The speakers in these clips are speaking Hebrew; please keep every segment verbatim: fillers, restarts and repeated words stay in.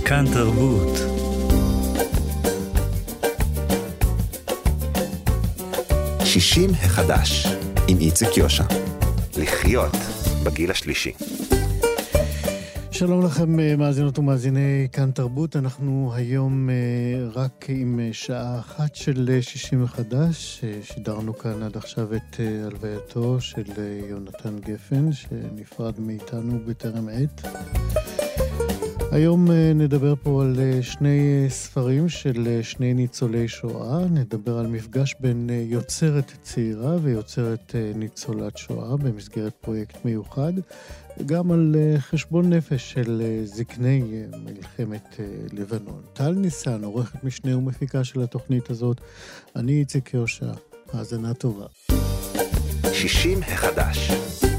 כאן תרבות. שישים החדש, עם איציק יושע. לחיות בגיל השלישי. שלום לכם מאזינות ומאזיני כאן תרבות. אנחנו היום רק עם שעה אחת של שישים החדש. שידרנו כאן עד עכשיו את הלווייתו של יונתן גפן, שנפרד מאיתנו בטרם עת. היום נדבר פה על שני ספרים של שני ניצולי שואה. נדבר על מפגש בין יוצרת צעירה ויוצרת ניצולת שואה במסגרת פרויקט מיוחד, וגם על חשבון נפש של זקני מלחמת לבנון. טל ניסן, עורכת משנה ומפיקה של התוכנית הזאת. אני איציק יושע. האזנה טובה. שישים החדש.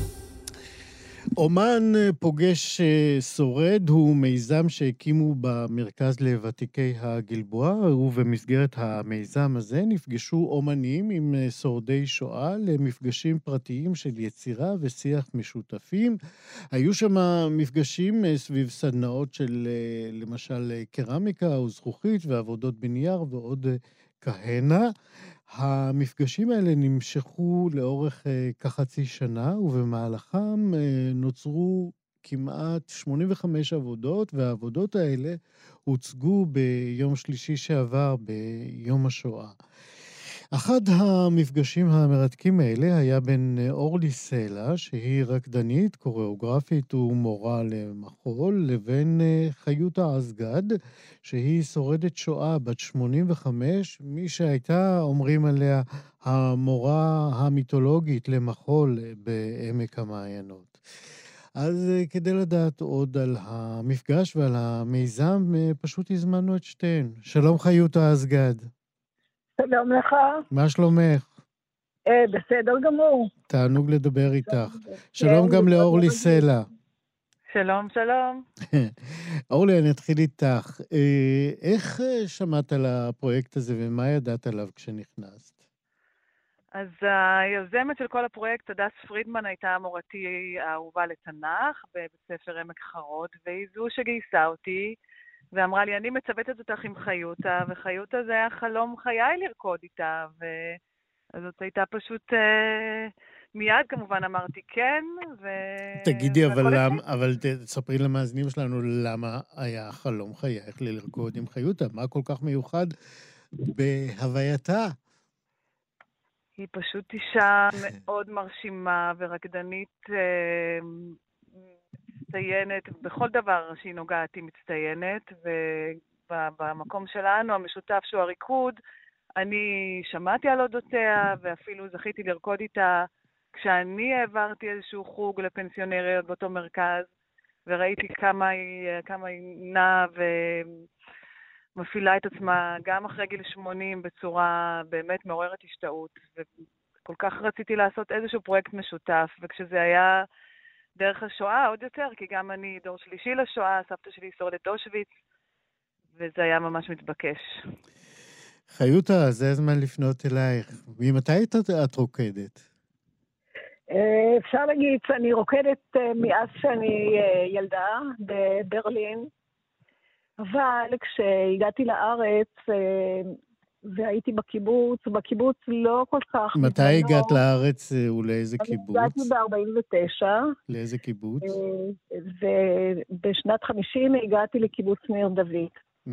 אומן פוגש שורד הוא מיזם שהקימו במרכז לוותיקי הגלבוע, ובמסגרת המיזם הזה נפגשו אומנים עם שורדי שואה למפגשים פרטיים של יצירה ושיח משותפים. היו שם מפגשים סביב סדנאות של למשל קרמיקה וזכוכית ועבודות בנייר ועוד כהנה. המפגשים האלה נמשכו לאורך uh, כחצי שנה, ובמהלכם uh, נוצרו כמעט שמונים וחמש עבודות, והעבודות האלה הוצגו ביום שלישי שעבר, ביום השואה. אחד המפגשים המרתקים האלה היה בין אורלי סלע, שהיא רקדנית, קוריאוגרפית ומורה למחול, לבין חיותה אסגד, שהיא שורדת שואה בת שמונים וחמש, מי שהייתה, אומרים עליה, המורה המיתולוגית למחול בעמק המעיינות. אז כדי לדעת עוד על המפגש ועל המיזם, פשוט הזמנו את שתיהן. שלום חיותה אסגד. שלום לך. מה שלומך? אה, בסדר גמור. תענוג לדבר איתך. שלום גם לאורלי סלע. שלום, שלום. אורלי, אני אתחיל איתך. איך שמעת על הפרויקט הזה ומה ידעת עליו כשנכנסת? אז היוזמת של כל הפרויקט, הדס פרידמן, הייתה מורתי האהובה לתנ"ך בבית ספר עמק חרוד, והיא זו שגייסה אותי, ואמרה לי, אני מצוותת אותך עם חיותה, וחיותה זה היה חלום חיי לרקוד איתה, אז זאת הייתה פשוט, אה, מיד כמובן אמרתי כן, ו... תגידי, אבל, למ, אבל תספרי למאזינים שלנו למה היה חלום חייך לרקוד עם חיותה, מה כל כך מיוחד בהווייתה? היא פשוט אישה מאוד מרשימה ורקדנית, אה, מצטיינת, בכל דבר שהיא נוגעת היא מצטיינת, ובמקום שלנו, המשותף שהוא הריקוד, אני שמעתי על אודותיה, ואפילו זכיתי לרקוד איתה, כשאני העברתי איזשהו חוג לפנסיונריות באותו מרכז, וראיתי כמה היא, כמה היא נעה ומפעילה את עצמה, גם אחרי גיל שמונים, בצורה באמת מעוררת השתאות, וכל כך רציתי לעשות איזשהו פרויקט משותף, וכשזה היה דרך השואה עוד יותר, כי גם אני דור שלישי לשואה, סבתא שלי שורדת אושוויץ, וזה היה ממש מתבקש. חיותה, זה הזמן לפנות אלייך. ממתי את רוקדת? אפשר להגיד שאני רוקדת מאז שאני ילדה בברלין, אבל כשהגעתי לארץ והייתי בקיבוץ, בקיבוץ לא כל כך... מתי הגעת לארץ ולאיזה קיבוץ? הגעתי ב-ארבעים ותשע. לאיזה קיבוץ? ובשנת חמישים הגעתי לקיבוץ ניר דוד.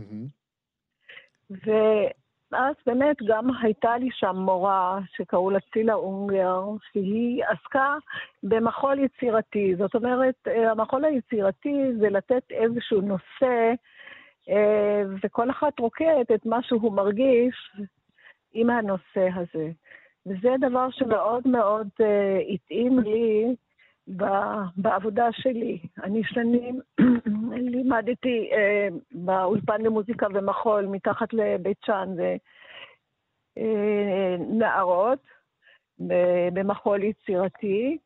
ואז באמת גם הייתה לי שם מורה שקראו לה צילה אונגר, שהיא עסקה במחול יצירתי. זאת אומרת, המחול היצירתי זה לתת איזשהו נושא, וכל אחת רוקדת את מה שהוא מרגיש עם הנושא הזה. וזה דבר שמאוד מאוד התאים לי בעבודה שלי. אני שנים לימדתי באולפן למוזיקה ומחול מתחת לבית שאן ונערות במחול יצירתי,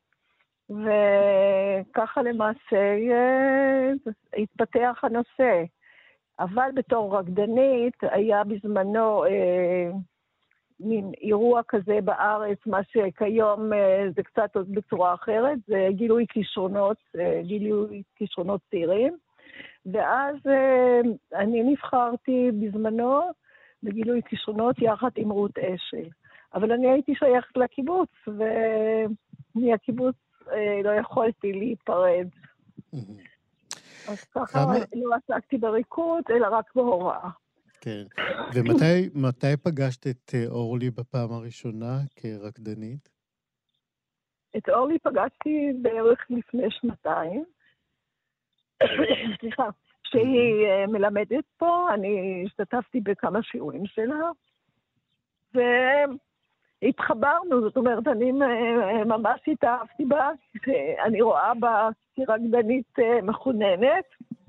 וככה למעשה התפתח הנושא. אבל בתור רקדנית היה בזמנו אה, מין אירוע כזה בארץ, מה שכיום אה, זה קצת בצורה אחרת, זה גילוי כישרונות, אה, גילוי כישרונות צעירים. ואז אה, אני נבחרתי בזמנו בגילוי כישרונות יחד עם רות אשל. אבל אני הייתי שייכת לקיבוץ, ומהקיבוץ אה, לא יכולתי להיפרד. אז ככה כמה... לא עסקתי בריקוד, אלא רק בהוראה. כן. ומתי מתי פגשת את אורלי בפעם הראשונה כרקדנית? את אורלי פגשתי בערך לפני שנתיים. סליחה, שהיא מלמדת פה, אני השתתפתי בכמה שיעורים שלה, והתחברנו, זאת אומרת, אני ממש התאהבתי בה, אני רואה בה כרקדנית מחוננת.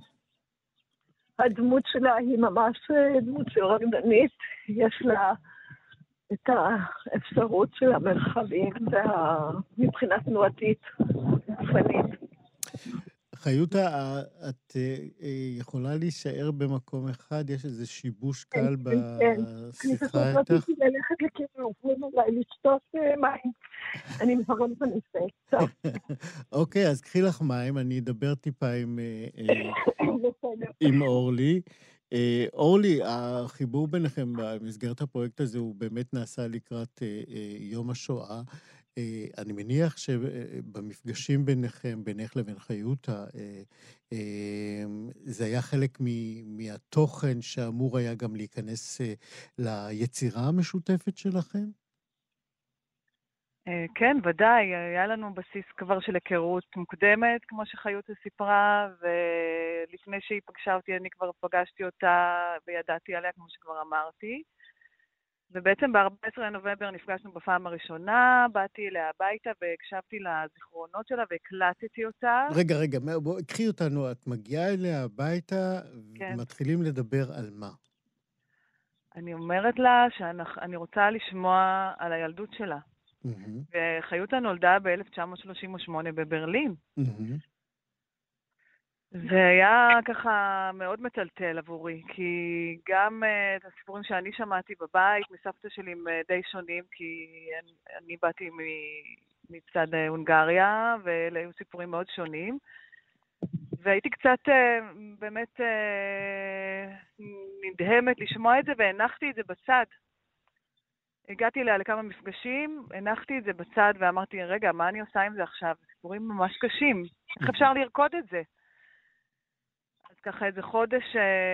הדמות שלה היא ממש דמות של רקדנית, יש לה את האפשרות של המרחבים מבחינה תנועתית, גופנית. חיותה, את יכולה להישאר במקום אחד? יש איזה שיבוש קל בשיחה איתך? אני רציתי ללכת לכיוון, אולי לשתות מים. אני מפרדת בנושא. אוקיי, אז קחי לך מים, אני אדבר טיפה עם אורלי. אורלי, החיבור ביניכם במסגרת הפרויקט הזה הוא באמת נעשה לקראת יום השואה. אני מניח שבמפגשים ביניכם, בינך לבין חיותה, זה היה חלק מהתוכן שאמור היה גם להיכנס ליצירה המשותפת שלכם? כן, ודאי. היה לנו בסיס כבר של היכרות מוקדמת, כמו שחיותה סיפרה, ולפני שהיא פגשה אותי, אני כבר פגשתי אותה וידעתי עליה, כמו שכבר אמרתי. ובעצם ב-ארבעה עשר לנובמבר נפגשנו בפעם הראשונה, באתי אליה הביתה והקשבתי לזיכרונות שלה והקלטתי אותה. רגע, רגע, בוא, קחי אותנו, את מגיעה אליה הביתה כן. ומתחילים לדבר על מה? אני אומרת לה שאני רוצה לשמוע על הילדות שלה. Mm-hmm. וחיותה נולדה ב-אלף תשע מאות שלושים ושמונה בברלין. Mm-hmm. זה היה ככה מאוד מטלטל עבורי, כי גם uh, את הסיפורים שאני שמעתי בבית, מסבתא שלי הם uh, די שונים, כי אני, אני באתי מצד uh, הונגריה, ואלה היו סיפורים מאוד שונים. והייתי קצת uh, באמת uh, נדהמת לשמוע את זה, והנחתי את זה בצד. הגעתי אליה לכמה מפגשים, הנחתי את זה בצד, ואמרתי, רגע, מה אני עושה עם זה עכשיו? סיפורים ממש קשים. איך אפשר לרקוד את זה? ככה איזה חודש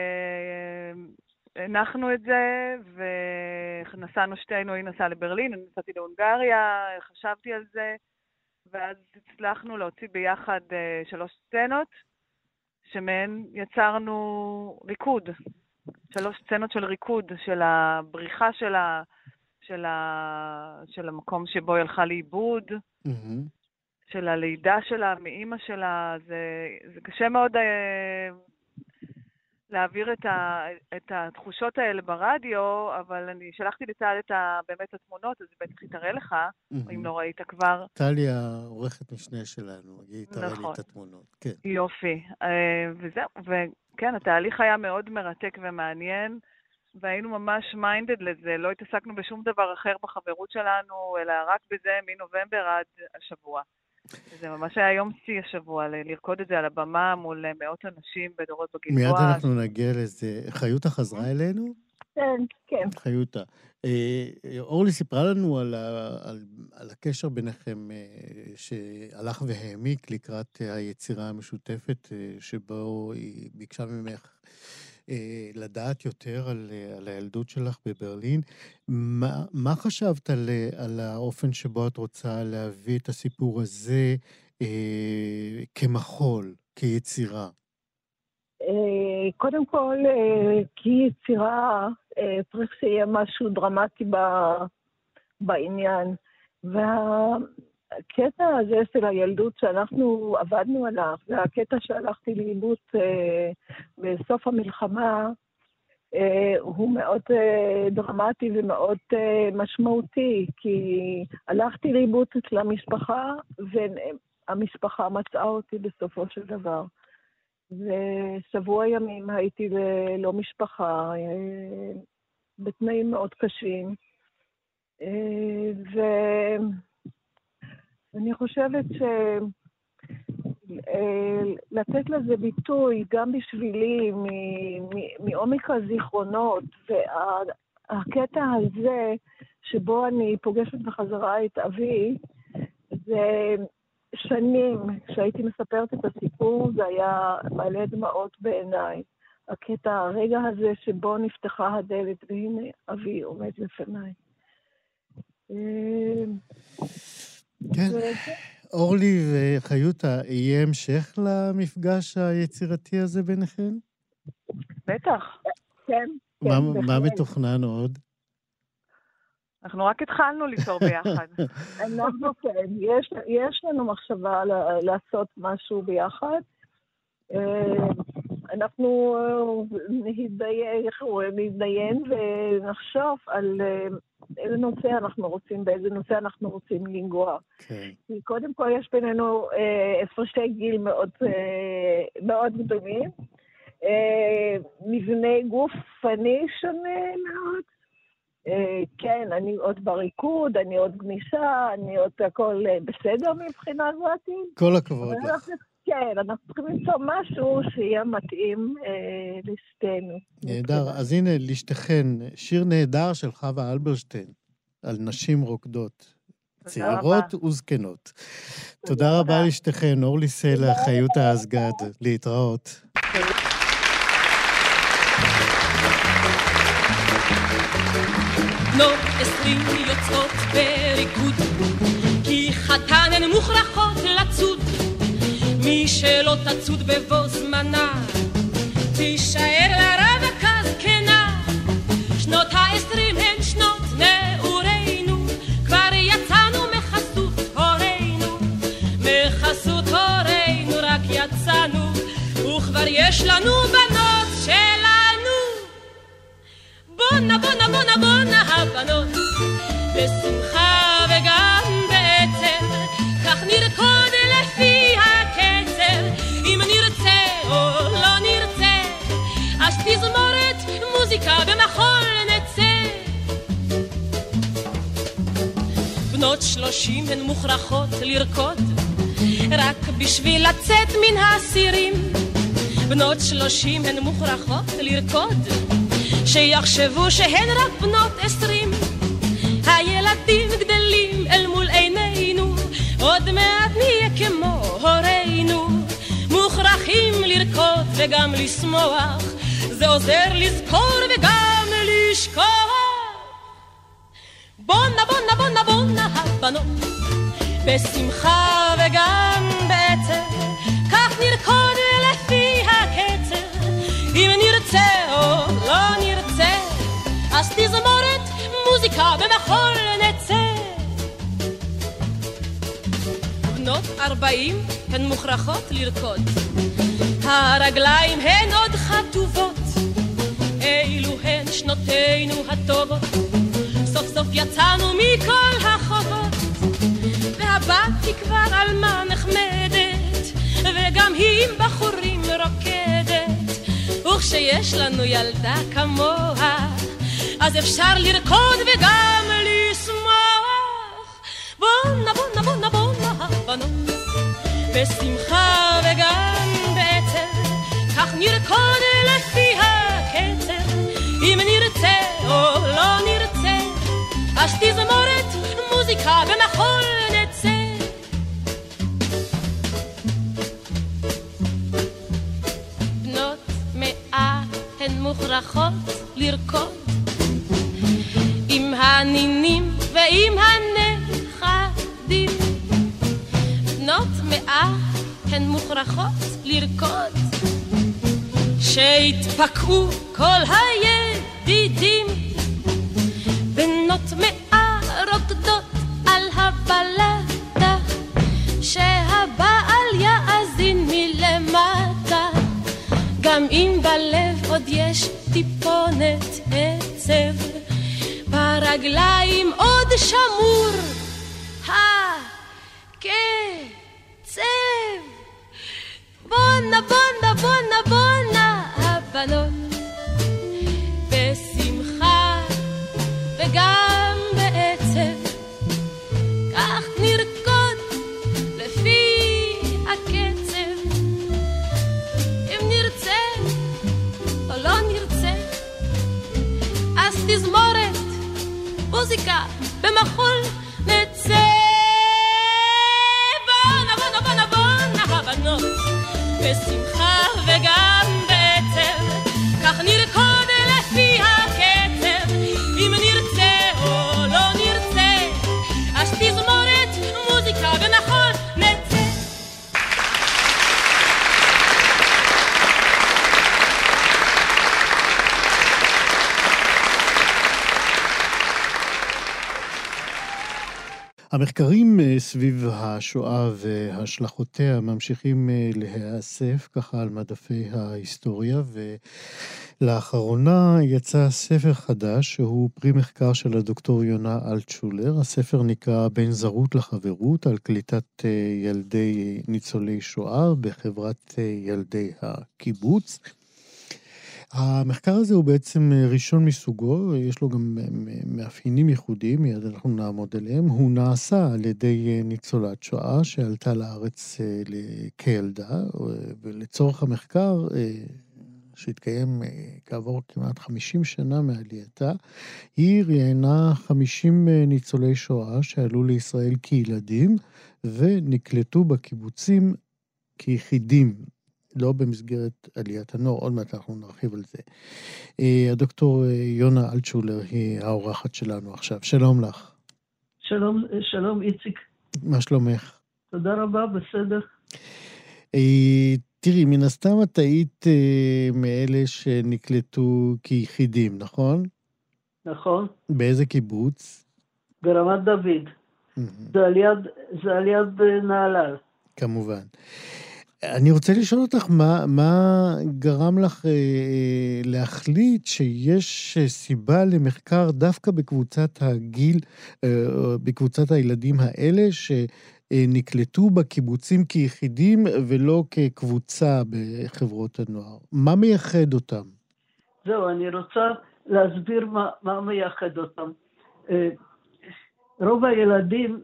הנחנו את זה, ונסענו שתינו, היא נסעה לברלין, אני נסעתי להונגריה, חשבתי על זה, ואז הצלחנו להוציא ביחד שלוש סצנות, שמהן יצרנו ריקוד. שלוש סצנות של ריקוד, של הבריחה שלה, של, ה... של המקום שבו היא הלכה לאיבוד, mm-hmm. של הלידה שלה, מאמא שלה. זה, זה קשה מאוד אה, להעביר את, ה... את התחושות האלה ברדיו, אבל אני שלחתי לטל את ה... באמת התמונות, אז זה בטח יתראה לך, mm-hmm. אם לא ראית כבר. טלי העורכת משנה שלנו, היא יתראה נכון. לי את התמונות. כן. יופי. אה, וזהו, וכן, התהליך היה מאוד מרתק ומעניין, והיינו ממש מיינדד לזה, לא התעסקנו בשום דבר אחר בחברות שלנו, אלא רק בזה מנובמבר עד השבוע. זה ממש היה יום שיא השבוע, לרקוד את זה על הבמה מול מאות אנשים בדורות בגלבוע. מיד אנחנו נגיע לזה. חיותה חזרה אלינו? כן, כן. חיותה. אורלי סיפרה לנו על, על, על הקשר ביניכם שהלך והעמיק לקראת היצירה המשותפת, שבו היא ביקשה ממך לדעת יותר על, על הילדות שלך בברלין. מה, מה חשבת על, על האופן שבו את רוצה להביא את הסיפור הזה אה, כמחול, כיצירה? אה, קודם כל, אה, כיצירה אה, צריך שיהיה משהו דרמטי ב, בעניין. והקטע הזה של הילדות שאנחנו עבדנו עליו, והקטע שהלכתי לאיבוד אה, בסוף המלחמה, אה, הוא מאוד אה, דרמטי ומאוד אה, משמעותי, כי הלכתי לאיבוד אצל המשפחה, והמשפחה מצאה אותי בסופו של דבר. ושבוע ימים הייתי ללא משפחה, אה, בתנאים מאוד קשים. אה, ו... אני חושבת לתת לזה ביטוי גם בשבילי מעומק הזיכרונות, והקטע הזה שבו אני פוגשת בחזרה את אבי, זה שנים שהייתי מספרת את הסיפור, זה היה מעלה דמעות בעיניי. הקטע, הרגע הזה שבו נפתחה הדלת, והנה אבי עומד לפניי. כן. אורלי וחיותה, יהיה המשך למפגש היצירתי הזה ביניכם? בטח. כן. מה מתוכנן עוד? אנחנו רק התחלנו ליצור ביחד. אנחנו כן, יש, יש לנו מחשבה לעשות משהו ביחד. אנחנו נתדיין ונחשוב על איזה נושא אנחנו רוצים, באיזה נושא אנחנו רוצים לנגוע. כן. כי קודם כל יש בינינו הפרשי גיל מאוד, מאוד גדולים. מבנה גופני שונה מאוד. כן, אני עוד בריקוד, אני עוד גמישה, אני עוד הכל בסדר מבחינה זאת. כל הכבוד לך. כן, אנחנו צריכים למצוא משהו שיהיה מתאים אה, לשתינו. נהדר. אז הנה, לשתכן, שיר נהדר של חווה אלברשטיין, על נשים רוקדות, צעירות וזקנות. תודה רבה לשתכן, אורלי סלע, חיותה אסגד, להתראות. בנות עשרים יוצאות בריקוד, כי חתן הן מוכרחות לצוד. מי שלא תצוד בבוא זמנה, תישאר לרווקה זקנה. שנות העשרים הן שנות נעורינו, כבר יצאנו מחסות הורינו. מחסות הורינו רק יצאנו, וכבר יש לנו בנות שלנו. בונה בונה בונה בונה הבנות, בשמחה וגם בעצם, כך נרקוד לפי הקצב. אם נרצה או לא נרצה, אז תזמורת מוזיקה במחול נצא. בנות שלושים הן מוכרחות לרקוד, רק בשביל לצאת מן הסירים. בנות שלושים הן מוכרחות לרקוד, שיחשבו שהן רק בנות עשרים. הילדים גדלים אל מול עינינו, עוד מעט נהיה כמו הורינו. מוכרחים לרקוד וגם לשמוח, זה עוזר לזכור וגם לשכוח. בונה בונה בונה בונה הבנות, בשמחה וגם בעצב, כך נרקוד לפי הקצב. אם נרצה או לא נרצה, אז תזמורת מוזיקה במחול נצא. בנות ארבעים הן מוכרחות לרקוד, הרגליים הן עוד חטובות. אילו הן שנותינו הטובות, סוף סוף יצאנו מכל החובות. והבת היא כבר אלמה נחמדת, וגם היא עם בחורים רוקדת. וכשיש לנו ילדה כמוה, אז אפשר לרקוד וגם לשמוח. בונה בונה בונה בונה הבנות, בשמחה וגם בעצב, כך נרקוד לפי הקצב. אם נרצה או לא נרצה, אז תזמורת מוזיקה במחול נצא. בנות מאה הן מוכרחות לרקוד, עם הנינים ועם הנכדים. בנות מאה הן מוכרחות לרקוד, שהתפקעו כל הידידים. בנות מאה רוקדות על הבלדה, שהבעל יאזין מלמטה. גם אם בלב עוד יש טיפונת עצב, ברגליים עוד שמור הקצב. בונה בונה בונה בונה הבנות, בשמחה וגם בעצב, כך נרקוד לפי הקצב. לבנות, בשמחה וגם בעצב, כך נרקוד לפי הקצב, אם נרצה או לא נרצה, אז תזמורת מוזיקה ונכון נצא. המחקרים סביב השואה והשלכותיה ממשיכים להיאסף ככה על מדפי ההיסטוריה, ולאחרונה יצא ספר חדש שהוא פרי מחקר של הדוקטור יונה אלטשולר. הספר נקרא בין זרות לחברות, על קליטת ילדי ניצולי שואה בחברת ילדי הקיבוץ. המחקר הזה הוא בעצם ראשון מסוגו, יש לו גם מאפיינים ייחודיים, מיד אנחנו נעמוד עליהם. הוא נעשה על ידי ניצולת שואה שעלתה לארץ כילדה, ולצורך המחקר שהתקיים כעבור כמעט חמישים שנה מעלייתה, היא ראיינה חמישים ניצולי שואה שעלו לישראל כילדים ונקלטו בקיבוצים כיחידים. לא במסגרת עליית הנוער, עוד מעט אנחנו נרחיב על זה. הדוקטור יונה אלטשולר היא האורחת שלנו עכשיו. שלום לך. שלום, שלום איציק. מה שלומך? תודה רבה, בסדר. תראי, מן הסתם את היית מאלה שנקלטו כיחידים, נכון? נכון. באיזה קיבוץ? ברמת דוד. זה על יד, זה על יד נהלל. כמובן. אני רוצה לשאול אותך, מה, מה גרם לך אה, להחליט שיש סיבה למחקר דווקא בקבוצת הגיל, אה, בקבוצת הילדים האלה, שנקלטו בקיבוצים כיחידים ולא כקבוצה בחברות הנוער? מה מייחד אותם? זהו, אני רוצה להסביר מה, מה מייחד אותם. אה, רוב הילדים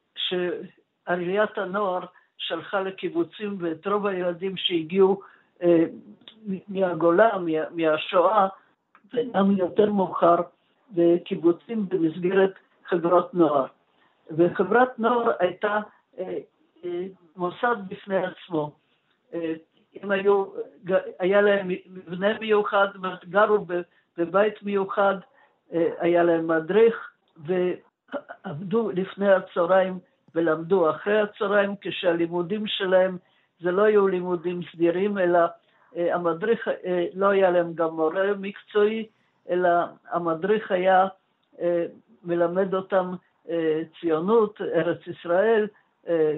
שעליית הנוער שלחה לקיבוצים, ואת רוב הילדים שהגיעו אה, מהגולה, מה, מהשואה, וגם יותר מאוחר, בקיבוצים במסגרת חברות נוער. וחברת נוער הייתה אה, אה, מוסד בפני עצמו. אה, הם היו, היה להם מבנה מיוחד, גרו בבית מיוחד, אה, היה להם מדריך, ועבדו לפני הצהריים, ולמדו אחרי הצהריים, כשהלימודים שלהם זה לא היו לימודים סדירים, אלא אה, המדריך, אה, לא היה להם גם מורה מקצועי, אלא המדריך היה אה, מלמד אותם אה, ציונות, ארץ ישראל, אה,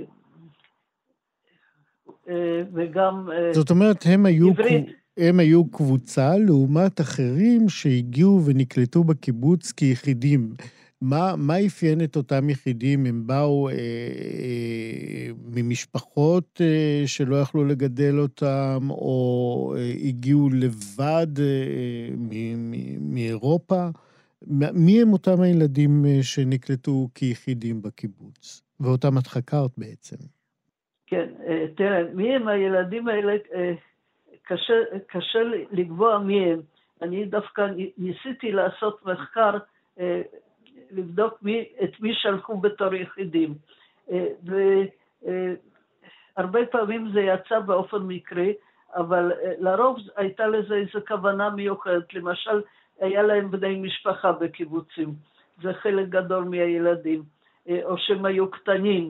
אה, וגם אה, זאת אומרת, הם היו, עברית. הם היו קבוצה לעומת אחרים שהגיעו ונקלטו בקיבוץ כיחידים. מה, מה אפיין את אותם יחידים? הם באו אה, אה, ממשפחות אה, שלא יכלו לגדל אותם, או אה, הגיעו לבד אה, מ- מ- מאירופה? מי הם אותם הילדים אה, שנקלטו כיחידים בקיבוץ? ואותם את חקרת בעצם. כן, אה, תראה, מי הם הילדים האלה? אה, קשה, קשה לקבוע מי הם. אני דווקא ניסיתי לעשות מחקר, אה, לבדוק מי, את מי שלחו בתור יחידים. והרבה פעמים זה יצא באופן מקרי, אבל לרוב הייתה לזה איזו כוונה מיוחדת. למשל, היה להם בני משפחה בקיבוצים. זה חלק גדול מהילדים. או שהם היו קטנים,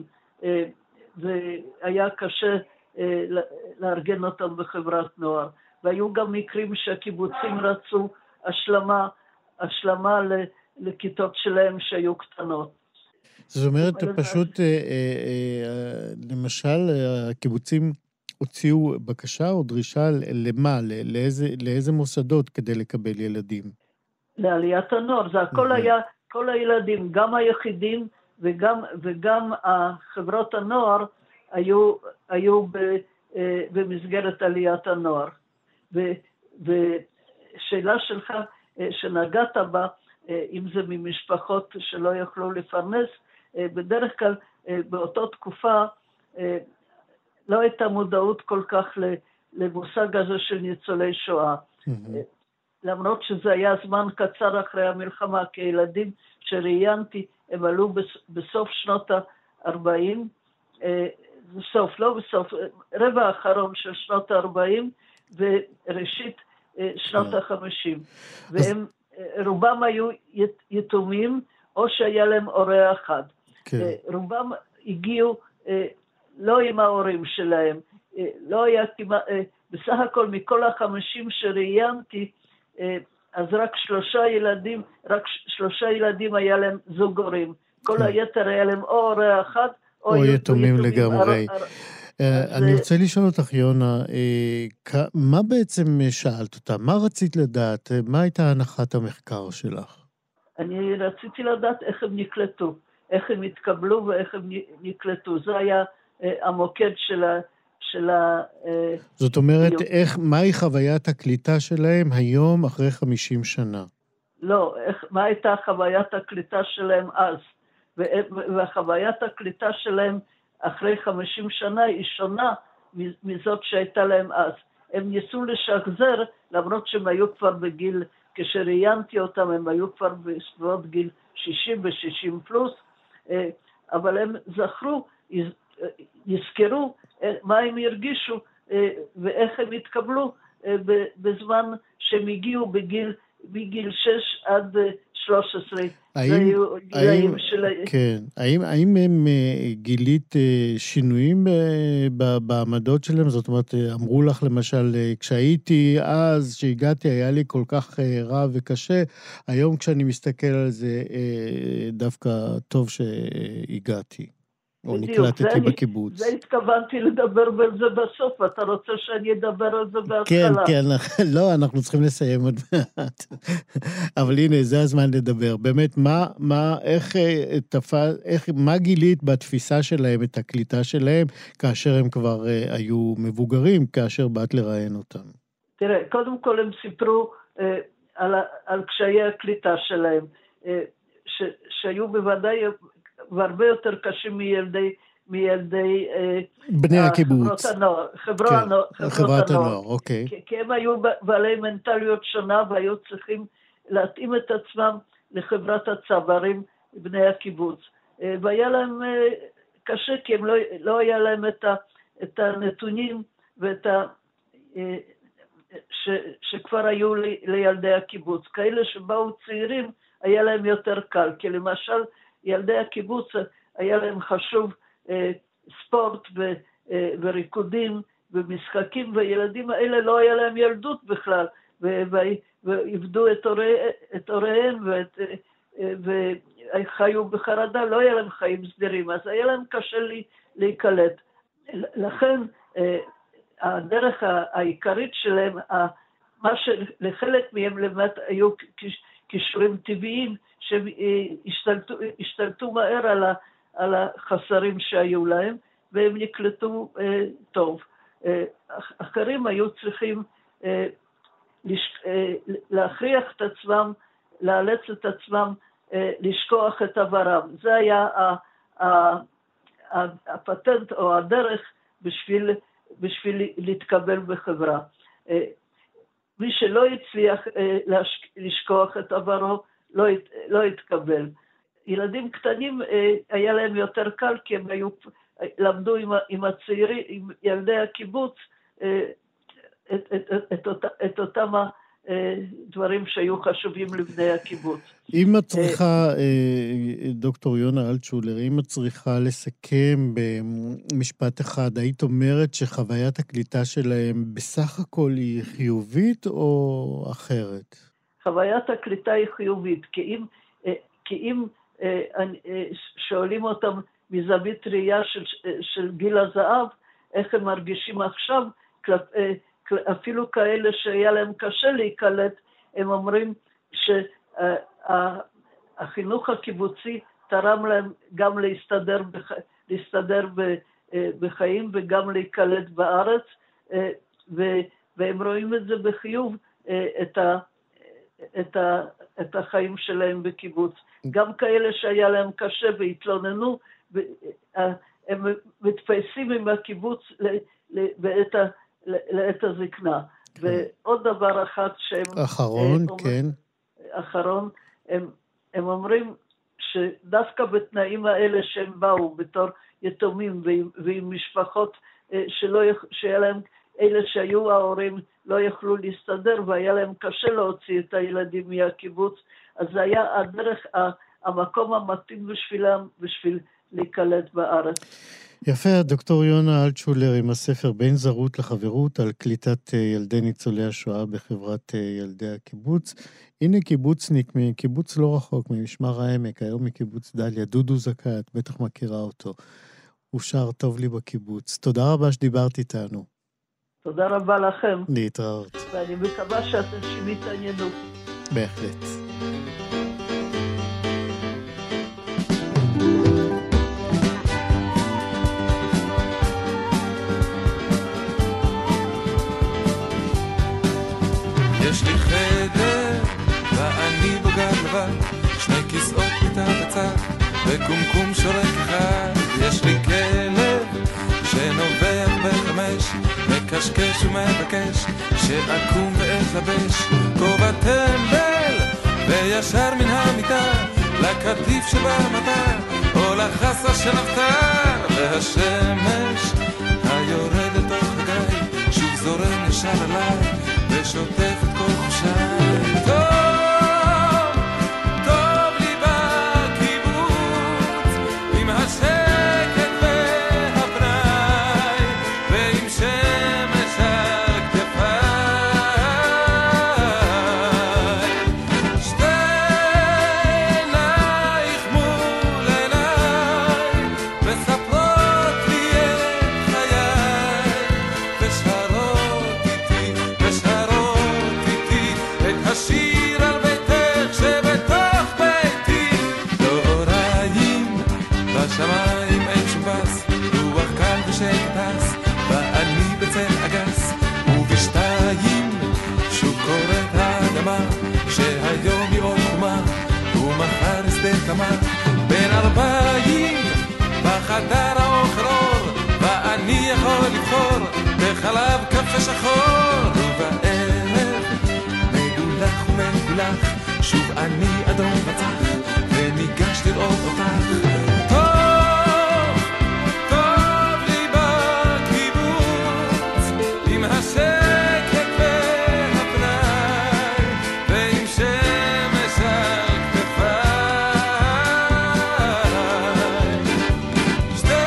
והיה קשה לארגן אותם בחברת נוער. והיו גם מקרים שהקיבוצים רצו השלמה, השלמה ל... לכיתות שלהם שהיו קטנות. זאת אומרת, פשוט, למשל, הקיבוצים הוציאו בקשה או דרישה למה? לאיזה, לאיזה מוסדות כדי לקבל ילדים? לעליית הנוער. זה הכל היה, כל הילדים, גם היחידים וגם, וגם החברות הנוער היו, היו ב, במסגרת עליית הנוער. ושאלה שלך שנגעת בה, אם זה ממשפחות שלא יכלו לפרנס, בדרך כלל באותה תקופה לא הייתה מודעות כל כך למושג הזה של ניצולי שואה. למרות שזה היה זמן קצר אחרי המלחמה, כי ילדים שראיינתי, הם עלו בסוף שנות ה-ארבעים, בסוף, לא בסוף, רבע האחרון של שנות ה-ארבעים וראשית שנות ה-חמישים. והם, רובם היו יתומים, או שהיה להם הורה אחד. רובם הגיעו לא עם ההורים שלהם, לא היה כמעט, בסך הכל מכל החמישים שראיינתי, אז רק שלושה ילדים, רק שלושה ילדים היה להם זוג הורים. כל היתר היה להם או הורה אחד, או יתומים לגמרי. אני רוצה לשאול אותך, יונה, מה בעצם שאלת אותה? מה רצית לדעת? מה הייתה הנחת המחקר שלך? אני רציתי לדעת איך הם נקלטו, איך הם התקבלו ואיך הם נקלטו. זה היה המוקד של ה... של ה... זאת אומרת, איך, מהי חוויית הקליטה שלהם היום אחרי חמישים שנה? לא, איך, מה הייתה חוויית הקליטה שלהם אז? והחוויית הקליטה שלהם אחרי חמישים שנה היא שונה מזאת שהייתה להם אז. הם ניסו לשחזר, למרות שהם היו כבר בגיל, כשראיינתי אותם, הם היו כבר בסביבות גיל שישים ו-שישים פלוס, אבל הם זכרו, יזכרו מה הם הרגישו ואיך הם התקבלו בזמן שהם הגיעו בגיל, בגיל שש עד שלוש עשרה. האם, האם, של... כן, האם, האם הם גילית שינויים בעמדות שלהם? זאת אומרת, אמרו לך למשל, כשהייתי אז, שהגעתי, היה לי כל כך רע וקשה, היום כשאני מסתכל על זה, דווקא טוב שהגעתי. או נקלטתי בקיבוץ. זה התכוונתי לדבר על זה בסוף, אתה רוצה שאני אדבר על זה בהתחלה? כן, כן, לא, אנחנו צריכים לסיים עוד מעט. אבל הנה, זה הזמן לדבר. באמת, מה, מה, איך, איך, מה גילית בתפיסה שלהם, את הקליטה שלהם, כאשר הם כבר היו מבוגרים, כאשר באת לראיין אותם? תראה, קודם כל הם סיפרו אה, על, על קשיי הקליטה שלהם, אה, ש, שהיו בוודאי... והרבה יותר קשים מילדי, מילדי בני הקיבוץ. חברות הנוער. חברות כן, הנוער. חברת הנוער, אוקיי. כי, כי הם היו בעלי מנטליות שונה, והיו צריכים להתאים את עצמם לחברת הצברים, בני הקיבוץ. והיה להם קשה, כי הם לא, לא היה להם את, ה, את הנתונים, ואת ה, ש, שכבר היו לי, לילדי הקיבוץ. כאלה שבאו צעירים, היה להם יותר קל, כי למשל, ילדי הקיבוץ היה להם חשוב אה, ספורט ו, אה, וריקודים ומשחקים, והילדים האלה לא היה להם ילדות בכלל, ועבדו את, הורי, את הוריהם ואת, אה, וחיו בחרדה, לא היה להם חיים סדירים, אז היה להם קשה לי, להיקלט. לכן אה, הדרך העיקרית שלהם, מה שלחלק מהם למט היו קישורים טבעיים, שהם השתלטו, השתלטו מהר על, ה, על החסרים שהיו להם, והם נקלטו אה, טוב. אה, אחרים היו צריכים אה, לש, אה, להכריח את עצמם, לאלץ את עצמם, אה, לשכוח את עברם. זה היה ה, ה, ה, הפטנט או הדרך בשביל, בשביל להתקבל בחברה. אה, מי שלא הצליח אה, לשכ, לשכוח את עברו, לא, לא התקבל. ילדים קטנים אה, היה להם יותר קל, כי הם היו, למדו עם, עם הצעירים, עם ילדי הקיבוץ, אה, את, את, את, את, אותה, את אותם הדברים שהיו חשובים לבני הקיבוץ. אם את צריכה, אה, דוקטור יונה אלטשולר, אם את צריכה לסכם במשפט אחד, היית אומרת שחוויית הקליטה שלהם בסך הכל היא חיובית או אחרת? חוויית הקליטה היא חיובית, כי אם, כי אם שואלים אותם מזווית ראייה של, של גיל הזהב, איך הם מרגישים עכשיו, אפילו כאלה שהיה להם קשה להיקלט, הם אומרים שהחינוך הקיבוצי תרם להם גם להסתדר, להסתדר בחיים וגם להיקלט בארץ, והם רואים את זה בחיוב, את ה... את, ה, את החיים שלהם בקיבוץ. גם כאלה שהיה להם קשה והתלוננו, הם מתפייסים עם הקיבוץ בעת, לעת הזקנה. ועוד דבר אחד שהם... אחרון, הם, כן. אחרון, הם, הם אומרים שדווקא בתנאים האלה שהם באו בתור יתומים ועם, ועם משפחות שלא, שהיה להם, אלה שהיו ההורים לא יכלו להסתדר והיה להם קשה להוציא את הילדים מהקיבוץ, אז זה היה הדרך, המקום המתאים בשבילם, בשביל להיקלט בארץ. יפה, דוקטור יונה אלטשולר עם הספר בין זרות לחברות על קליטת ילדי ניצולי השואה בחברת ילדי הקיבוץ. הנה קיבוצניק מקיבוץ לא רחוק, ממשמר העמק, היום מקיבוץ דליה, דודו זכאי, את בטח מכירה אותו. הוא שר טוב לי בקיבוץ. תודה רבה שדיברת איתנו. תודה רבה לכם. להתראות. ואני מקווה שאתם שמתעניינו. בהחלט. יש לי חדר ואני בוגר לבד, שני כיסאות מיטה בצד וקומקום שורק אחד. יש לי כלב שנובח בחמש, מקשקש ומבקש שאקום ואתלבש כובע טמבל וישר מן המיטה לקטיף שבמטה או לחסה שנפטר, והשמש היורד לתוך הגיא שוב זורם ישר עליי ושוטף את כל חושיי. טוב, טוב לי בקיבוץ עם השקט והפנאי ועם שמש על כתפיי. שתי עינייך מול עיניי מספרות לי את חיי ושרות איתי ושרות השיר על ביתך שבתוך ביתי. דוריים בשמיים אין שובס, רוח קל ושקט טס ואני בצל אגס, ובשתיים שוב קוראת האדמה שהיום היא עוד חומה ומחר שדה תמה. בין ארבעים בחדר האוכל אור ואני יכול לבחור בחלב קפה שחור, ובערב מדולח ומדולח שוב אני אדום בצח וניגש לראות אותך. טוב, טוב לי בקיבוץ עם השקט והפנאי ועם שמש על כתפיי. שתי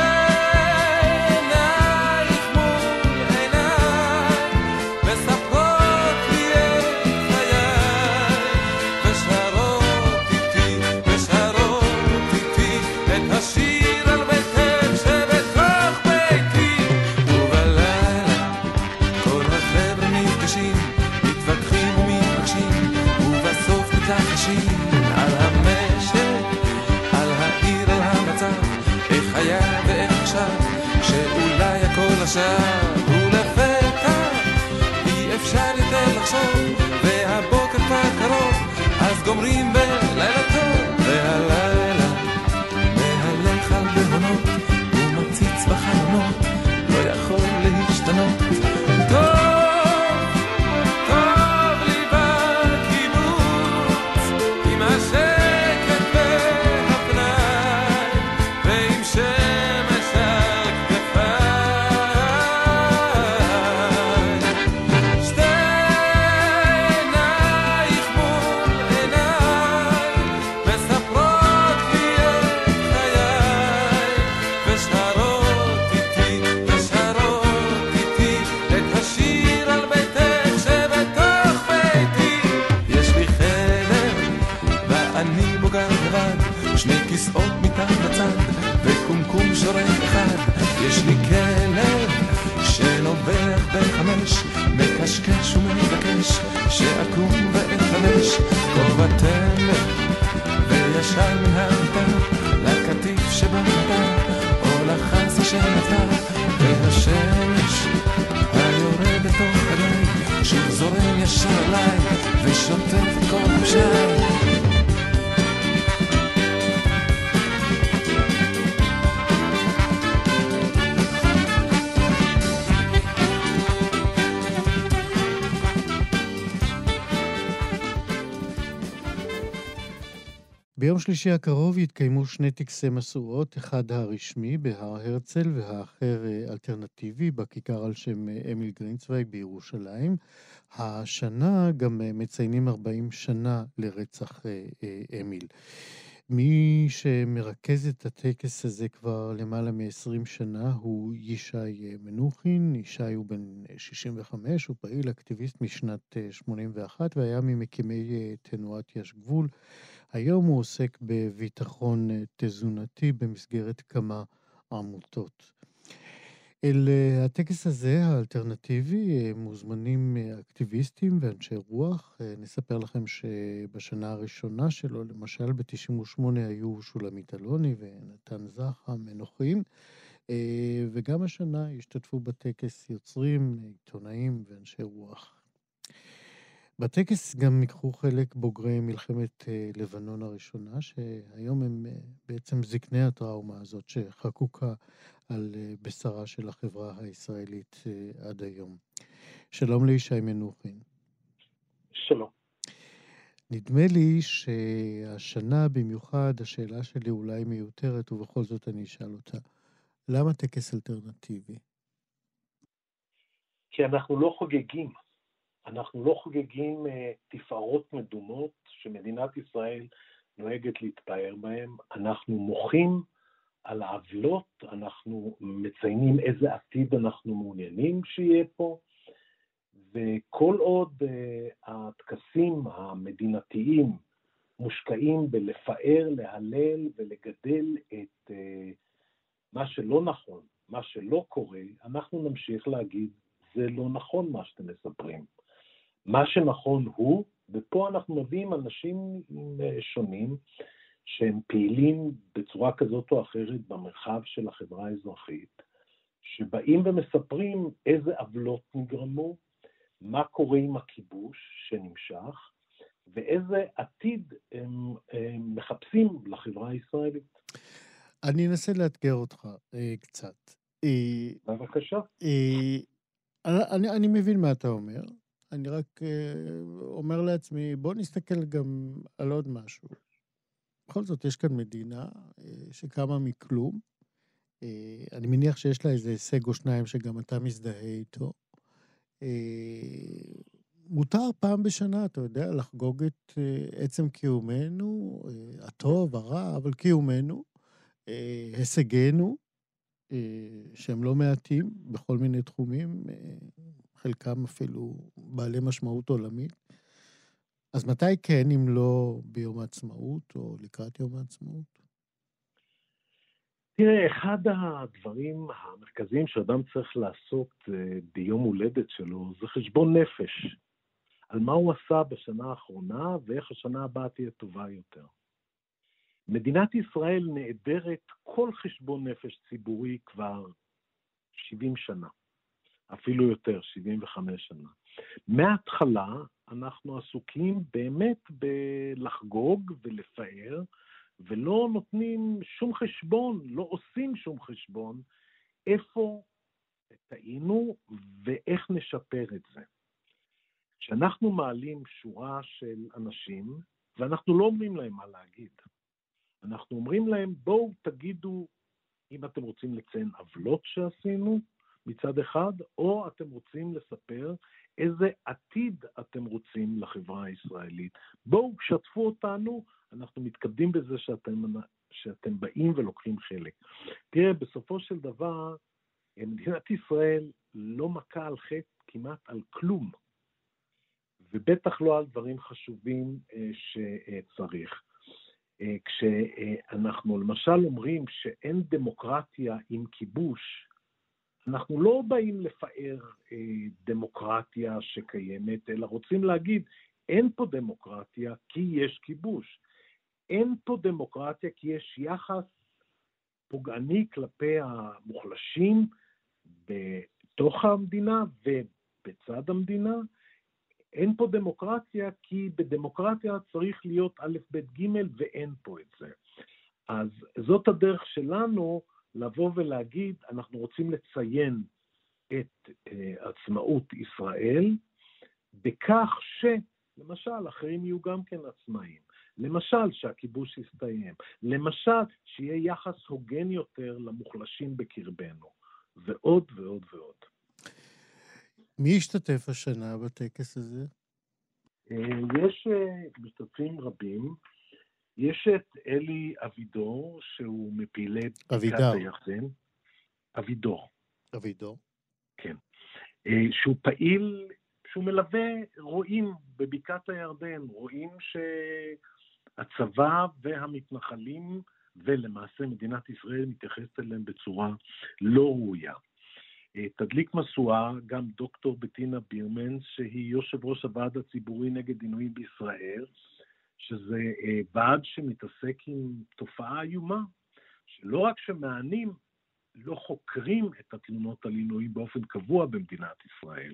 עינייך מול עיניי מספרות לי את חיי ושרות איתי ושרות איתי את השיר על ביתך שבתוך ביתי. ובלילה כל החבר'ה נפגשים, מתווכחים ומתרגשים ובסוף מתלחשים על המשק, על העיר, על המצב, איך היה ואיך עכשיו, שאולי הכל עכשיו ולפתע אי אפשר יותר לחשוב והבוקר כבר קרוב, אז גומרים בלילה טוב. והלילה מהלך על בהונות ומציץ בחלונות לא יכול להשתנות. טוב, טוב לי בקיבוץ עם השקט והפנאי ועם שמש על כתפיי. שתי עינייך מול עיניי מספרות לי את חיי ושרות איתי ושרות איתי את השיר על ביתך שבתוך ביתי. יש לי חדר ואני בוגר לבד, שני כיסאות מתחת בצד וקומקום שורק אחד. יש לי כלב שנובח בחמש, מקשקש ומבקש שאקום ואתלבש כובע טמבל וישר מן המיטה לקטיף שבמטה או לחסה שנפטר, והשמש היורד לתוך הגיא שוב זורם ישר עליי ושוטף את כל חושיי. ביום שלישי הקרוב יתקיימו שני טקסי משואות, אחד הרשמי בהר הרצל והאחר אלטרנטיבי בכיכר על שם אמיל גרינצווייג בירושלים. השנה גם מציינים ארבעים שנה לרצח אמיל. מי שמרכז את הטקס הזה כבר למעלה מ-עשרים שנה הוא ישי מנוחין. ישי הוא בן שישים וחמש, הוא פעיל אקטיביסט משנת שמונים ואחת והיה ממקימי תנועת יש גבול. היום הוא עוסק בביטחון תזונתי במסגרת כמה עמותות. אל הטקס הזה, האלטרנטיבי, מוזמנים אקטיביסטים ואנשי רוח. נספר לכם שבשנה הראשונה שלו, למשל ב-תשעים ושמונה, היו שולמית אלוני ונתן זחה מנוחין, וגם השנה השתתפו בטקס יוצרים, עיתונאים ואנשי רוח. בטקס גם יקחו חלק בוגרי מלחמת לבנון הראשונה, שהיום הם בעצם זקני הטראומה הזאת שחקוקה על בשרה של החברה הישראלית עד היום. שלום לישי מנוחין. שלום. נדמה לי שהשנה במיוחד השאלה שלי אולי מיותרת, ובכל זאת אני אשאל אותה. למה טקס אלטרנטיבי? כי אנחנו לא חוגגים. אנחנו לא חוגגים uh, תפארות מדומות שמדינת ישראל נוהגת להתפאר בהן. אנחנו מוחים על העוולות, אנחנו מציינים איזה עתיד אנחנו מעוניינים שיהיה פה, וכל עוד uh, הטקסים המדינתיים מושקעים בלפאר, להלל ולגדל את uh, מה שלא נכון, מה שלא קורה, אנחנו נמשיך להגיד, זה לא נכון מה שאתם מספרים. מה שנכון הוא, ופה אנחנו מביאים אנשים שונים שהם פעילים בצורה כזאת או אחרת במרחב של החברה האזרחית, שבאים ומספרים איזה עוולות נגרמו, מה קורה עם הכיבוש שנמשך, ואיזה עתיד הם, הם מחפשים לחברה הישראלית. אני אנסה לאתגר אותך אה, קצת. אה, בבקשה. אה, אני, אני מבין מה אתה אומר. אני רק אומר לעצמי, בוא נסתכל גם על עוד משהו. בכל זאת, יש כאן מדינה שקמה מכלום. אני מניח שיש לה איזה הישג או שניים שגם אתה מזדהה איתו. מותר פעם בשנה, אתה יודע, לחגוג את עצם קיומנו, הטוב, הרע, אבל קיומנו, הישגנו, שהם לא מעטים בכל מיני תחומים, חלקם אפילו בעלי משמעות עולמית. אז מתי כן, אם לא ביום העצמאות או לקראת יום העצמאות? תראה, אחד הדברים המרכזיים שאדם צריך לעשות ביום הולדת שלו, זה חשבון נפש. על מה הוא עשה בשנה האחרונה, ואיך השנה הבאה תהיה טובה יותר. מדינת ישראל נעדרת כל חשבון נפש ציבורי כבר שבעים שנה. אפילו יותר, שבעים וחמש שנה. מההתחלה אנחנו עסוקים באמת בלחגוג ולפאר, ולא נותנים שום חשבון, לא עושים שום חשבון, איפה טעינו ואיך נשפר את זה. כשאנחנו מעלים שורה של אנשים, ואנחנו לא אומרים להם מה להגיד, אנחנו אומרים להם, בואו תגידו אם אתם רוצים לציין עוולות שעשינו, מצד אחד, או אתם רוצים לספר איזה עתיד אתם רוצים לחברה הישראלית. בואו, שתפו אותנו, אנחנו מתכבדים בזה שאתם, שאתם באים ולוקחים חלק. תראה, בסופו של דבר, מדינת ישראל לא מכה על חטא כמעט על כלום, ובטח לא על דברים חשובים שצריך. כשאנחנו למשל אומרים שאין דמוקרטיה עם כיבוש, אנחנו לא באים לפאר אה, דמוקרטיה שקיימת, אלא רוצים להגיד, אין פה דמוקרטיה כי יש כיבוש. אין פה דמוקרטיה כי יש יחס פוגעני כלפי המוחלשים בתוך המדינה ובצד המדינה. אין פה דמוקרטיה כי בדמוקרטיה צריך להיות א' ב' ג' ואין פה את זה. אז זאת הדרך שלנו, לבוא ולהגיד, אנחנו רוצים לציין את uh, עצמאות ישראל, בכך שלמשל, אחרים יהיו גם כן עצמאים. למשל, שהכיבוש יסתיים. למשל, שיהיה יחס הוגן יותר למוחלשים בקרבנו. ועוד ועוד ועוד. מי השתתף השנה בטקס הזה? יש משתתפים רבים. יש את אלי אבידור, שהוא מפעילי בקעת הירדן. אבידור. אבידור. כן. שהוא פעיל, שהוא מלווה רועים בבקעת הירדן, רועים שהצבא והמתנחלים, ולמעשה מדינת ישראל מתייחסת אליהם בצורה לא ראויה. תדליק משואה גם דוקטור בטינה בירמנס, שהיא יושב ראש הוועד הציבורי נגד עינויים בישראל, שזה ועד שמתעסק עם תופעה איומה, שלא רק שמענים, לא חוקרים את התלונות על עינויים באופן קבוע במדינת ישראל.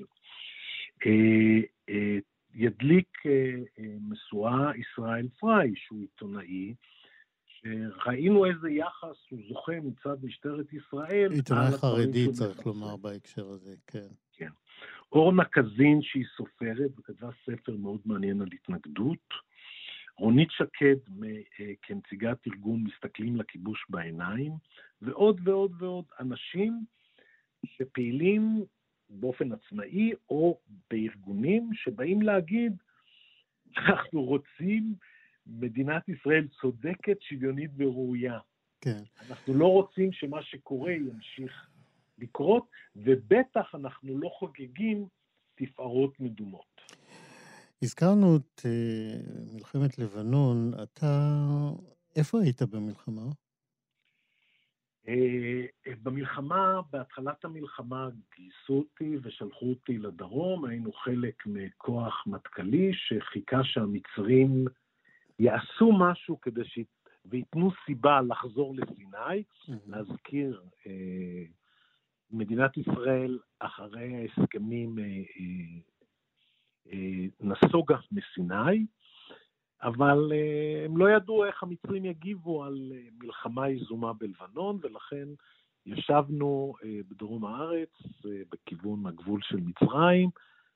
ידליק משואה ישראל פריי, שהוא עיתונאי, שראינו איזה יחס הוא זוכה מצד משטרת ישראל. עיתונאי חרדי צריך לומר בהקשר הזה, כן. כן. אורנה קזין, שהיא סופרת, וכתבה ספר מאוד מעניין על התנגדות. רונית שקד, כנציגת ארגון מסתכלים לכיבוש בעיניים, ועוד ועוד ועוד אנשים שפעילים באופן עצמאי, או בארגונים שבאים להגיד, אנחנו רוצים מדינת ישראל צודקת, שוויונית וראויה. כן. אנחנו לא רוצים שמה שקורה ימשיך לקרות, ובטח אנחנו לא חוגגים תפארות מדומות. הזכרנו את uh, מלחמת לבנון. אתה, איפה היית במלחמה? Uh, במלחמה, בהתחלת המלחמה גייסו אותי ושלחו אותי לדרום, היינו חלק מכוח מטכ"לי שחיכה שהמצרים יעשו משהו כדי ש... ויתנו סיבה לחזור לסיני, mm-hmm. להזכיר, אה, מדינת ישראל אחרי ההסכמים אה, אה, אה, נסוגה מסיני, אבל אה, הם לא ידעו איך המצרים יגיבו על אה, מלחמה יזומה בלבנון, ולכן ישבנו אה, בדרום הארץ, אה, בכיוון הגבול של מצרים,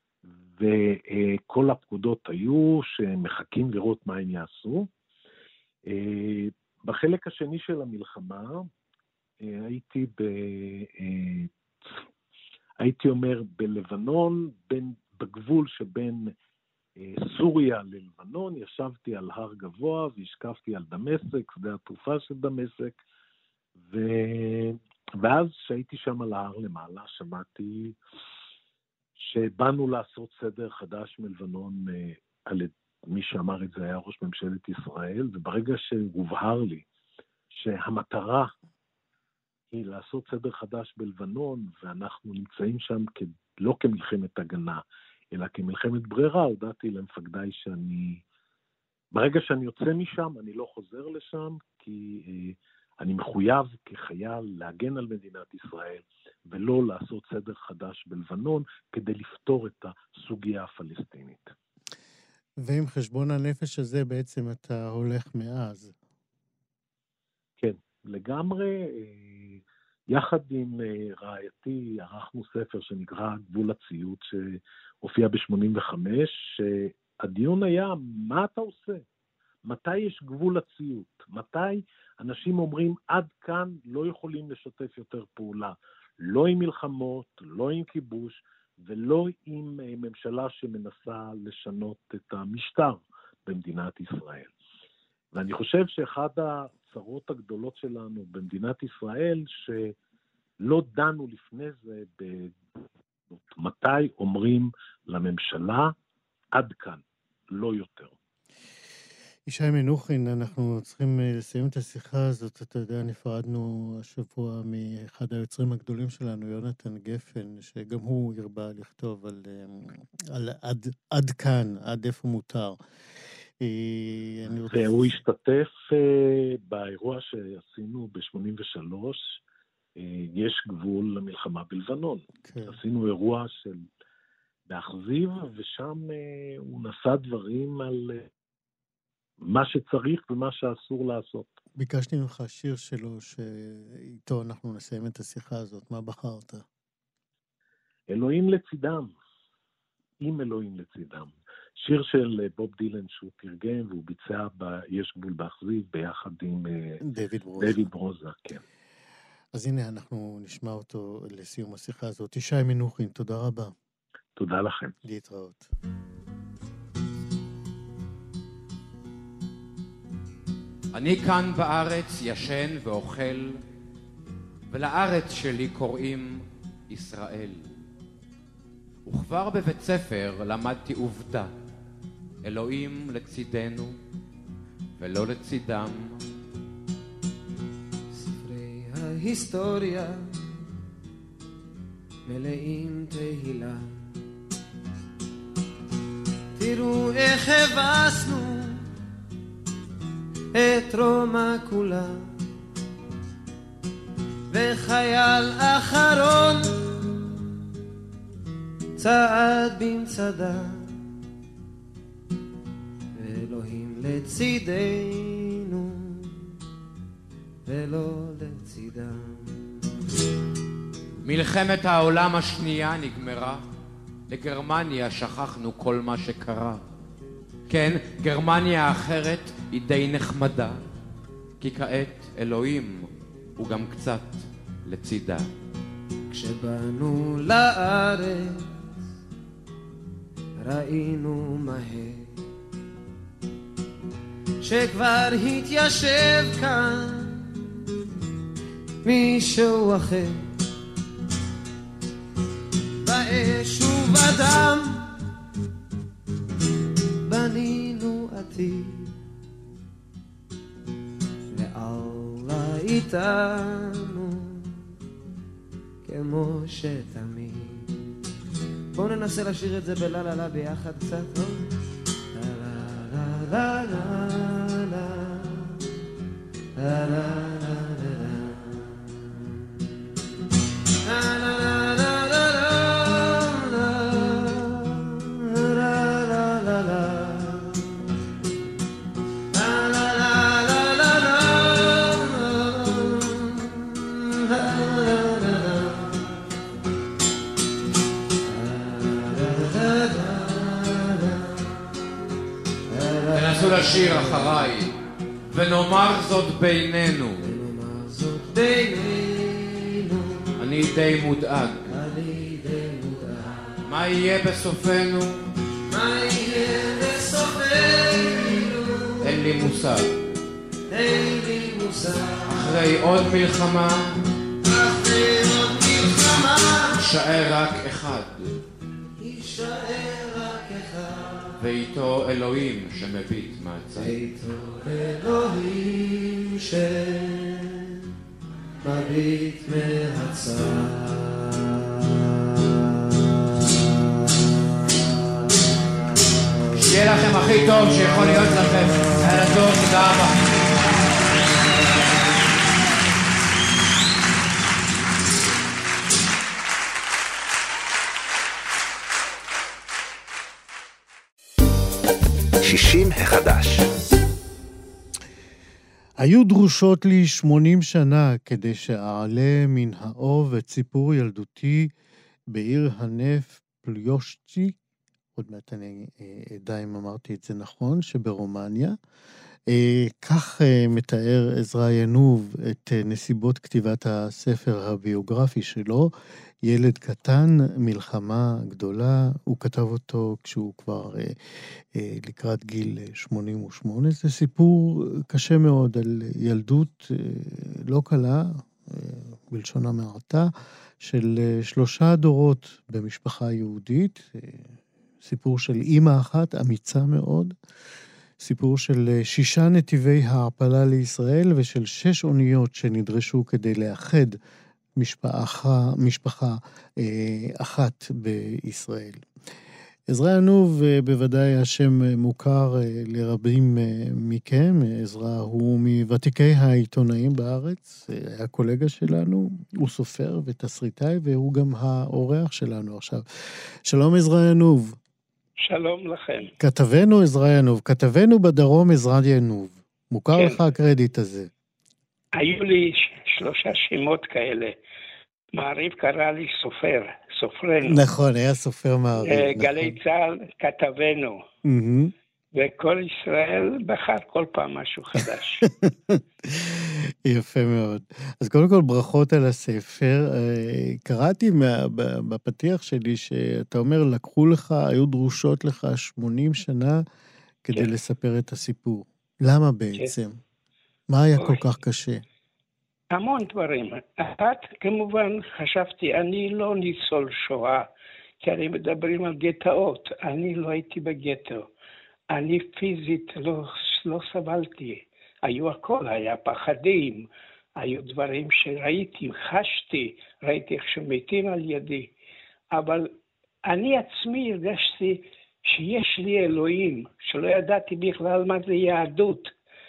וכל הפקודות היו שמחכים לראות מה הם יעשו. בחלק השני של המלחמה הייתי ב... הייתי אומר בלבנון, בין, בגבול שבין סוריה ללבנון, ישבתי על הר גבוה והשקפתי על דמשק, שדה התעופה של דמשק, ו... ואז שהייתי שם על ההר למעלה, שמעתי שבאנו לעשות סדר חדש מלבנון, על מי שאמר את זה היה ראש ממשלת ישראל, וברגע שהובהר לי שהמטרה היא לעשות סדר חדש בלבנון, ואנחנו נמצאים שם לא כמלחמת הגנה, אלא כמלחמת ברירה, הודעתי למפקדיי שאני, ברגע שאני יוצא משם, אני לא חוזר לשם, כי אני מחויב כחייל להגן על מדינת ישראל, ולא לעשות סדר חדש בלבנון, כדי לפתור את הסוגיה הפלסטינית. ועם חשבון הנפש הזה בעצם אתה הולך מאז. כן, לגמרי. יחד עם רעייתי ערכנו ספר שנקרא גבול הציות, שהופיע ב-שמונים וחמש, שהדיון היה, מה אתה עושה? מתי יש גבול הציות? מתי אנשים אומרים, עד כאן לא יכולים לשתף יותר פעולה? לא עם מלחמות, לא עם כיבוש, ולא עם ממשלה שמנסה לשנות את המשטר במדינת ישראל. ואני חושב שאחד הצרות הגדולות שלנו במדינת ישראל, שלא דנו לפני זה במתי אומרים לממשלה, עד כאן, לא יותר. ישי מנוחין, אנחנו צריכים לסיים את השיחה הזאת. אתה יודע, נפרדנו השבוע מאחד היוצרים הגדולים שלנו, יונתן גפן, שגם הוא הרבה לכתוב על, על עד, עד כאן, עד איפה מותר. רוצה... והוא השתתף באירוע שעשינו ב-שמונים ושלוש, יש גבול למלחמה בלבנון. כן. עשינו אירוע של באכזיב, ושם הוא נשא דברים על מה שצריך ומה שאסור לעשות. ביקשתי ממך שיר שלו, שאיתו אנחנו נסיים את השיחה הזאת. מה בחרת? אלוהים לצידם. עם אלוהים לצידם. שיר של בוב דילן שהוא תרגם, והוא ביצע ב"יש גבול באכזיב" ביחד עם דויד ברוזה. דויד ברוזה, כן. אז הנה, אנחנו נשמע אותו לסיום השיחה הזאת. ישי מנוחין, תודה רבה. תודה לכם. להתראות. אני כאן בארץ ישן ואוכל, ולארץ שלי קוראים ישראל. וכבר בבית ספר למדתי עובדה, אלוהים לצידנו ולא לצידם. ספרי ההיסטוריה מלאים תהילה, תראו איך הבסנו את רומא כולה, וחייל אחרון צעד במצדה, ואלוהים לצידנו ולא לצידם. מלחמת העולם השנייה נגמרה, לגרמניה שכחנו כל מה שקרה. כן, גרמניה האחרת היא די נחמדה, כי כעת אלוהים הוא גם קצת לצידה. כשבאנו לארץ ראינו מהר שכבר התיישב כאן מישהו אחר, באש ובדם בנינו עתיד, ואללה איתנו כמו שתמיד. בואו ננסה לשיר את זה בלה לה לה ביחד קצת, לא? לה לה לה לה לה לה לה תנסו לשיר אחריי, ונאמר זאת בינינו. ונאמר זאת בינינו. אני די מודאג. אני די מודאג. מה יהיה בסופנו? מה יהיה בסופנו? אין לי מושג. אין לי מושג. אחרי עוד מלחמה, אחרי עוד מלחמה, יישאר רק אחד. יישאר רק אחד. ואיתו אלוהים שמביט מהצד. ואיתו אלוהים שמביט מהצד. שיהיה לכם הכי טוב שיכול להיות לכם. לילה טוב, תודה רבה. שישים החדש. היו דרושות לי שמונים שנה כדי שאעלה מן האוב את סיפור ילדותי בעיר הנף פליושצ'י, עוד מעט אני אדע אם אמרתי את זה נכון, שברומניה. כך מתאר עזרא ינוב את נסיבות כתיבת הספר הביוגרפי שלו, ילד קטן, מלחמה גדולה. הוא כתב אותו כשהוא כבר אה, אה, לקראת גיל שמונים ושמונה. זה סיפור קשה מאוד על ילדות אה, לא קלה, אה, בלשון המעטה, של אה, שלושה דורות במשפחה יהודית. אה, סיפור של אימא אחת אמיצה מאוד, סיפור של שישה נתיבי העפלה לישראל ושל שש אוניות שנדרשו כדי לאחד משפחה, משפחה אה, אחת בישראל. עזרא ינוב, אה, בוודאי השם מוכר אה, לרבים אה, מכם. עזרא הוא מוותיקי העיתונאים בארץ, אה, היה קולגה שלנו, הוא סופר ותסריטאי, והוא גם האורח שלנו עכשיו. שלום עזרא ינוב. שלום לכם. כתבנו עזרא ינוב, כתבנו בדרום עזרא ינוב. מוכר כן. לך הקרדיט הזה. היו לי שלושה שמות כאלה. מעריב קרא לי סופר, סופרנו. נכון, היה סופר מעריב. גלי צה"ל כתבנו. וכל ישראל בחר כל פעם משהו חדש. יפה מאוד. אז קודם כל ברכות על הספר. קראתי בפתיח שלי שאתה אומר, לקחו לך, היו דרושות לך שמונים שנה כדי לספר את הסיפור. למה בעצם? מה היה כל כך קשה? המון דברים. אחת, כמובן, חשבתי, אני לא ניצול שואה, כי הרי מדברים על גטאות. אני לא הייתי בגטו. אני פיזית לא, לא סבלתי. היו הכל, היה פחדים, היו דברים שראיתי, חשתי, ראיתי איך שמתים על ידי. אבל אני עצמי הרגשתי שיש לי אלוהים, שלא ידעתי בכלל מה זה יהדות.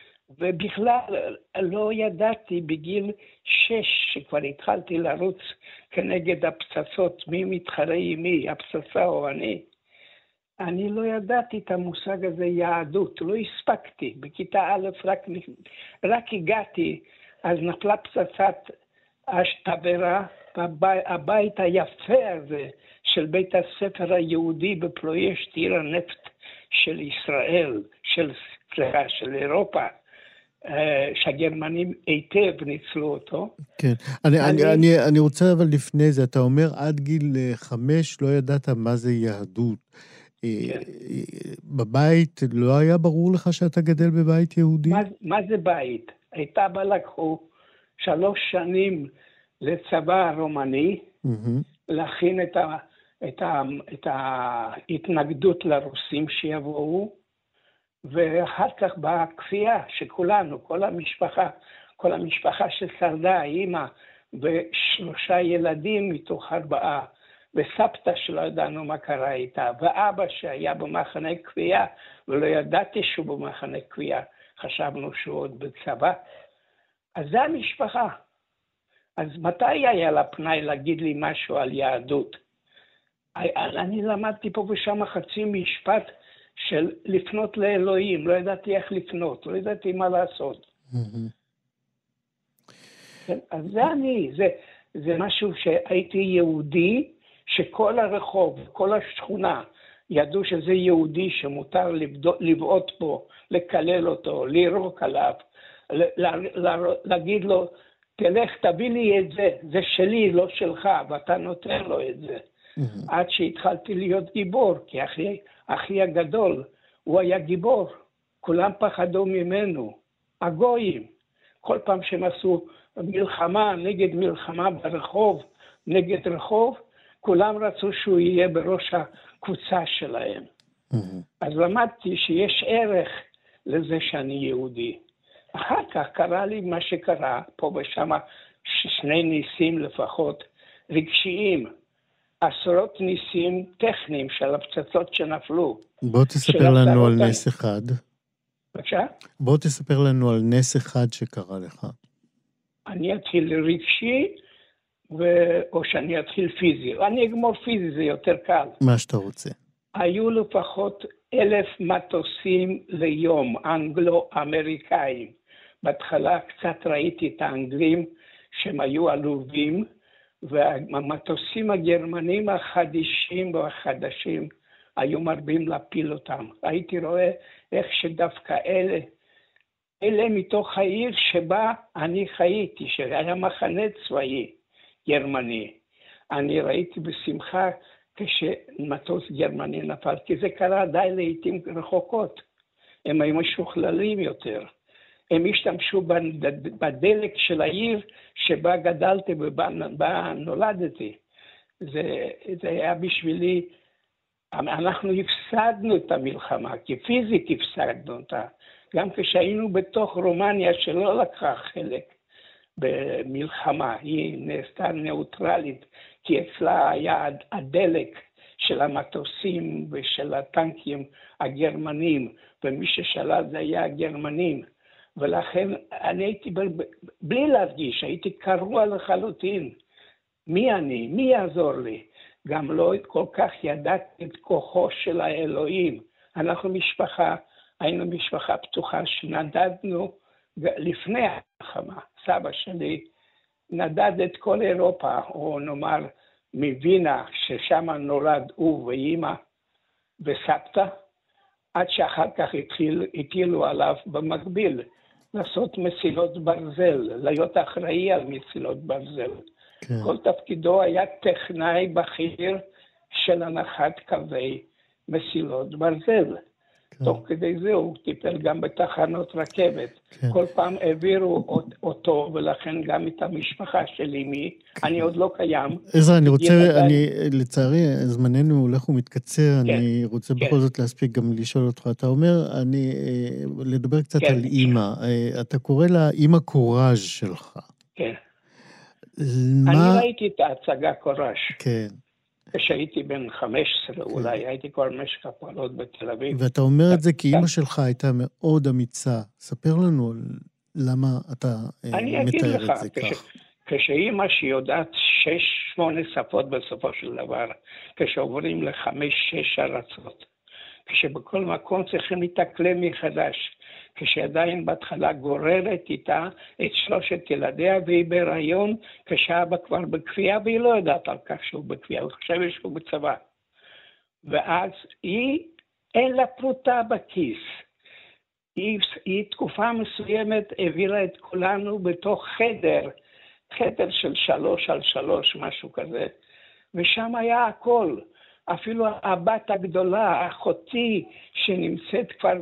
ובכלל לא ידעתי בגיל שש, שכבר התחלתי לרוץ כנגד הפצצות, מי מתחרה עם מי, הפצצה או אני. אני לא ידעתי את המושג הזה יהדות, לא הספקתי. בכיתה א' רק, רק הגעתי, אז נפלה פצצת תבערה, הבית היפה הזה של בית הספר היהודי בפלוישט, עיר הנפט של ישראל, של, של אירופה. שהגרמנים היטב ניצלו אותו. כן, אני, אני, אני, אני רוצה אבל לפני זה, אתה אומר עד גיל חמש לא ידעת מה זה יהדות. כן. בבית לא היה ברור לך שאתה גדל בבית יהודי? מה, מה זה בית? הייתה בה לקחו שלוש שנים לצבא הרומני, mm-hmm. להכין את, ה, את, ה, את ההתנגדות לרוסים שיבואו, ואחר כך באה כפייה שכולנו, כל המשפחה, כל המשפחה ששרדה, האמא ושלושה ילדים מתוך ארבעה, וסבתא שלא ידענו מה קרה איתה, ואבא שהיה במחנה כפייה, ולא ידעתי שהוא במחנה כפייה, חשבנו שהוא עוד בצבא. אז זה המשפחה. אז מתי היה לה פנאי להגיד לי משהו על יהדות? אני למדתי פה ושם חצי משפט, של לפנות לאלוהים, לא ידעתי איך לפנות, לא ידעתי מה לעשות. אז זה אני, זה, זה משהו שהייתי יהודי, שכל הרחוב, כל השכונה, ידעו שזה יהודי שמותר לבעוט בו, לקלל אותו, לירוק עליו, להגיד לו, תלך תביא לי את זה, זה שלי, לא שלך, ואתה נותן לו את זה. עד שהתחלתי להיות גיבור, כי אחי, אחי הגדול, הוא היה גיבור. כולם פחדו ממנו, הגויים. כל פעם שהם עשו מלחמה נגד מלחמה ברחוב, נגד רחוב, כולם רצו שהוא יהיה בראש הקבוצה שלהם. אז למדתי שיש ערך לזה שאני יהודי. אחר כך קרה לי מה שקרה, פה ושם שני ניסים לפחות, רגשיים. עשרות ניסים טכניים של הפצצות שנפלו. בוא תספר לנו על נס אחד. בבקשה? בוא תספר לנו על נס אחד שקרה לך. אני אתחיל רגשי, ו... או שאני אתחיל פיזי. אני אגמור פיזי, זה יותר קל. מה שאתה רוצה. היו לפחות אלף מטוסים ליום, אנגלו-אמריקאים. בהתחלה קצת ראיתי את האנגלים שהם היו עלובים, והמטוסים הגרמנים החדישים והחדשים היו מרבים להפיל אותם. הייתי רואה איך שדווקא אלה, אלה מתוך העיר שבה אני חייתי, שהיה מחנה צבאי גרמני. אני ראיתי בשמחה כשמטוס גרמני נפל, כי זה קרה די לעתים רחוקות. הם היו משוכללים יותר. הם השתמשו בדלק של העיר שבה גדלתי ובה נולדתי. זה, זה היה בשבילי, אנחנו הפסדנו את המלחמה, כי פיזית הפסדנו אותה. גם כשהיינו בתוך רומניה שלא לקחה חלק במלחמה, היא נעשתה ניאוטרלית, כי אצלה היה הדלק של המטוסים ושל הטנקים הגרמנים, ומי ששלט זה היה הגרמנים. ולכן אני הייתי, בלי להרגיש, הייתי קרוע לחלוטין. מי אני? מי יעזור לי? גם לא כל כך ידעתי את כוחו של האלוהים. אנחנו משפחה, היינו משפחה פתוחה שנדדנו לפני המלחמה. סבא שלי נדד את כל אירופה, או נאמר מווינה, ששם נולד הוא ואימא וסבתא, עד שאחר כך התחיל, התחילו עליו במקביל לעשות מסילות ברזל, להיות אחראי על מסילות ברזל. כן. כל תפקידו היה טכנאי בכיר של הנחת קווי מסילות ברזל. כן. תוך כדי זה הוא טיפל גם בתחנות רכבת. כן. כל פעם העבירו אותו, ולכן גם את המשפחה של אמי. כן. אני עוד לא קיים. עזרא, אני רוצה, אני, לצערי, זמננו הולך ומתקצר, כן. אני רוצה כן. בכל זאת להספיק גם לשאול אותך. אתה אומר, אני, לדבר קצת כן. על אמא. אתה קורא לה אמא קוראז' שלך. כן. מה... אני ראיתי את ההצגה קוראז'. כן. כשהייתי בן חמש עשרה, אולי, הייתי כבר משק הפועלות בתל אביב. ואתה אומר את זה כי אמא שלך הייתה מאוד אמיצה. ספר לנו למה אתה מתאר את זה כך. כשאמא שיודעת שש, שמונה שפות בסופו של דבר, כשעוברים לחמש, שש ארצות, כשבכל מקום צריכים להתאקלם מחדש, כשעדיין בהתחלה גוררת איתה את שלושת ילדיה, והיא בהיריון, כשאבא כבר בכפייה, והיא לא יודעת על כך שהוא בכפייה, הוא חושב שהוא בצבא. ואז היא, אין לה פרוטה בכיס. היא, היא תקופה מסוימת העבירה את כולנו בתוך חדר, חדר של שלוש על שלוש, משהו כזה, ושם היה הכל. אפילו הבת הגדולה, אחותי, שנמצאת כבר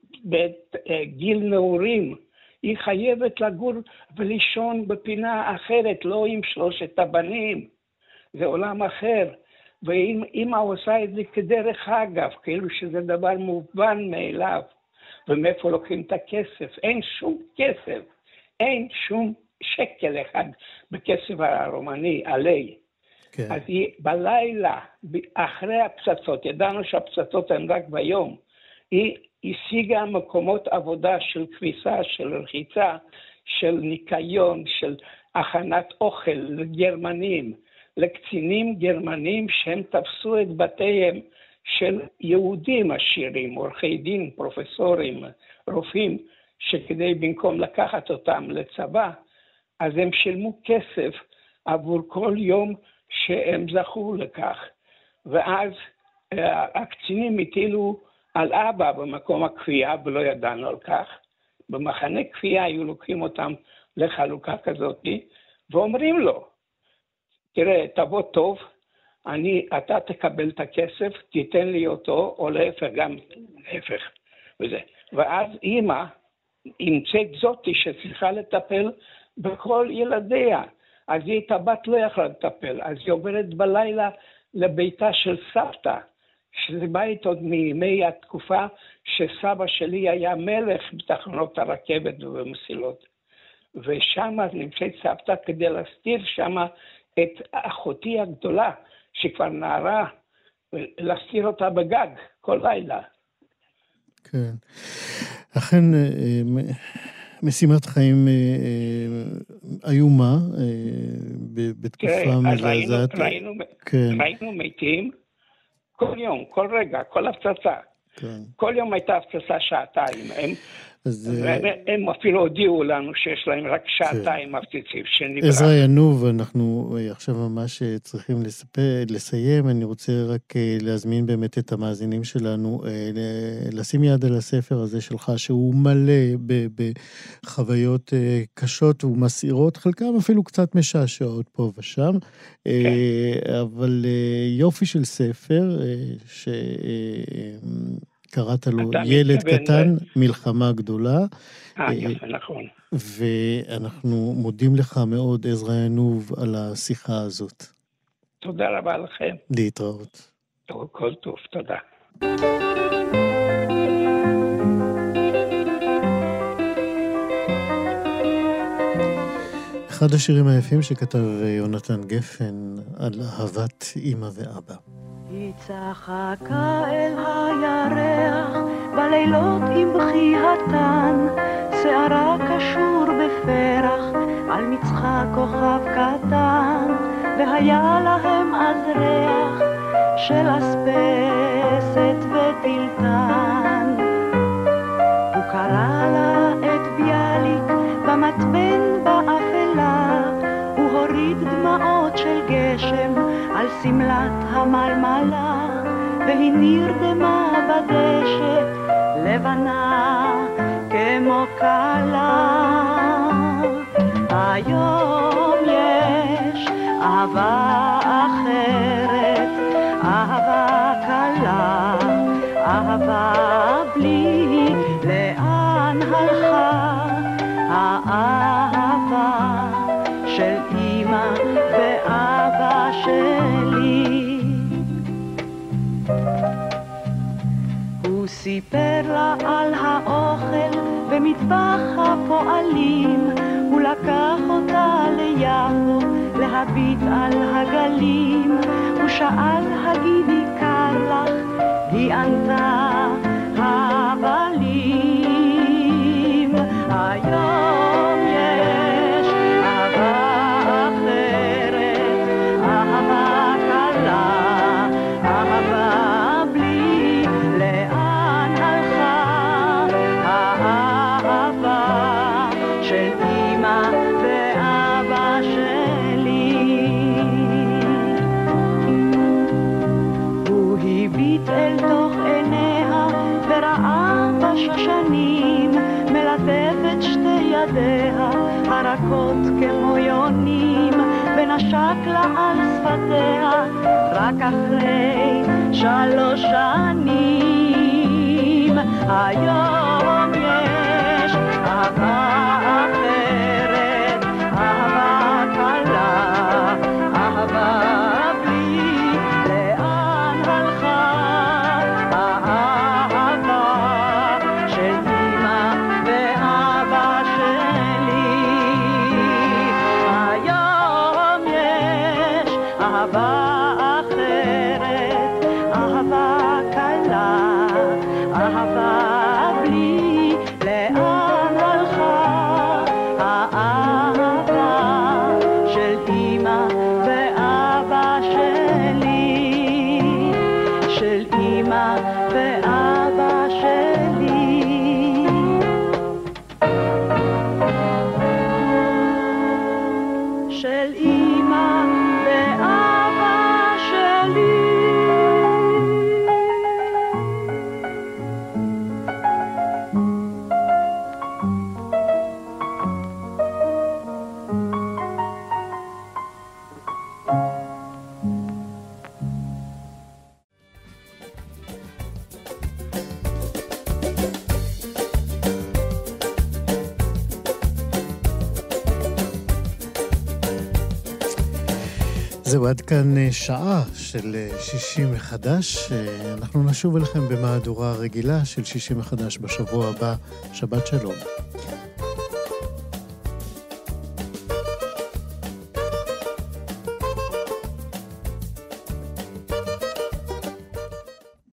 בגיל נעורים, היא חייבת לגור ולישון בפינה אחרת, לא עם שלושת הבנים. זה עולם אחר. ואמא עושה את זה כדרך אגב, כאילו שזה דבר מובן מאליו. ומאיפה לוקחים את הכסף? אין שום כסף. אין שום שקל אחד בכסף הרומני, עלי. כן. אז היא בלילה, אחרי הפצצות, ידענו שהפצצות הן רק ביום, היא השיגה מקומות עבודה של כביסה, של רחיצה, של ניקיון, של הכנת אוכל לגרמנים, לקצינים גרמנים שהם תפסו את בתיהם של יהודים עשירים, עורכי דין, פרופסורים, רופאים, שכדי במקום לקחת אותם לצבא, אז הם שילמו כסף עבור כל יום שהם זכו לכך. ואז הקצינים הטילו על אבא במקום הכפייה, ולא ידענו על כך. במחנה כפייה היו לוקחים אותם לחלוקה כזאת, ואומרים לו, תראה, תבוא טוב, אני, אתה תקבל את הכסף, תיתן לי אותו, או להפך, גם להפך. וזה. ואז אמא המצאת זאתי שצריכה לטפל בכל ילדיה. אז היא את הבת לא יכלה לטפל, אז היא עוברת בלילה לביתה של סבתא, שזה בית עוד מימי התקופה שסבא שלי היה מלך בתחנות הרכבת ובמסילות. ושם נמצאת סבתא כדי להסתיר שם את אחותי הגדולה, שכבר נערה, להסתיר אותה בגג כל לילה. כן. אכן, משימת חיים איומה, בתקופה מזעזעת. ראינו מתים כל יום, כל רגע, כל הפצצה. כל יום הייתה הפצצה שעתיים. הם אפילו הודיעו לנו שיש להם רק שעתיים מפציצים שנברח. עזרא ינוב, אנחנו עכשיו ממש צריכים לסיים. אני רוצה רק להזמין באמת את המאזינים שלנו, לשים יד על הספר הזה שלך, שהוא מלא בחוויות קשות ומסעירות, חלקם אפילו קצת משעשעות פה ושם, אבל יופי של ספר, ש... קראת לו ילד קטן, מלחמה גדולה. אה, יפה, נכון. ואנחנו מודים לך מאוד, עזרא ינוב, על השיחה הזאת. תודה רבה לכם. להתראות. כל טוב, תודה. אחד השירים היפים שכתב יונתן גפן על אהבת אמא ואבא. היא צחקה אל הירח בלילות עם בחייתן, שערה קשור בפרח על מצחה כוכב קטן, והיה להם אז ריח של אספסת וטלטן. הוא קרא לה את ביאליק במתבן באפלה, הוא הוריד דמעות של גשם על שמלת המלמלה, והיא נרדמה בדשא, לבנה כמו קלה. היום יש אהבה אחרת, אהבה קלה, אהבה בלי לאן הלכה האהבה של אמא ואבא שלי. הוא סיפר לה על האוכל במטבח הפועלים, הוא לקח אותה ליפו להביט על הגלים, הוא שאל הגידי קר לך, היא ענתה הבלים. היום יש אהבה אחרת, אהבה קלה, אהבה בלי לאן הלכה האהבה של אמא ואבא שלי. הוא הביט אל תוך עיניה וראה בשושנים, מלטפת שתי ידיה הרכות כמו יונים, ונשק לה על שפתיה רק אחרי שלוש שנים. היום יש אהבה אחרת, אהבה קלה, אהבה בלי לאן הלכה האהבה של אמא ואבא שלי. היום יש אהבה אחרת, אהבה קלה, אהבה בלי לאן הלכה האהבה של אמא ואבא שלי, של אמא ואבא שלי. של אמא ואבא שלי. זהו, עד כאן שעה של שישים מחדש. אנחנו נשוב אליכם במהדורה הרגילה של שישים מחדש בשבוע הבא. שבת שלום.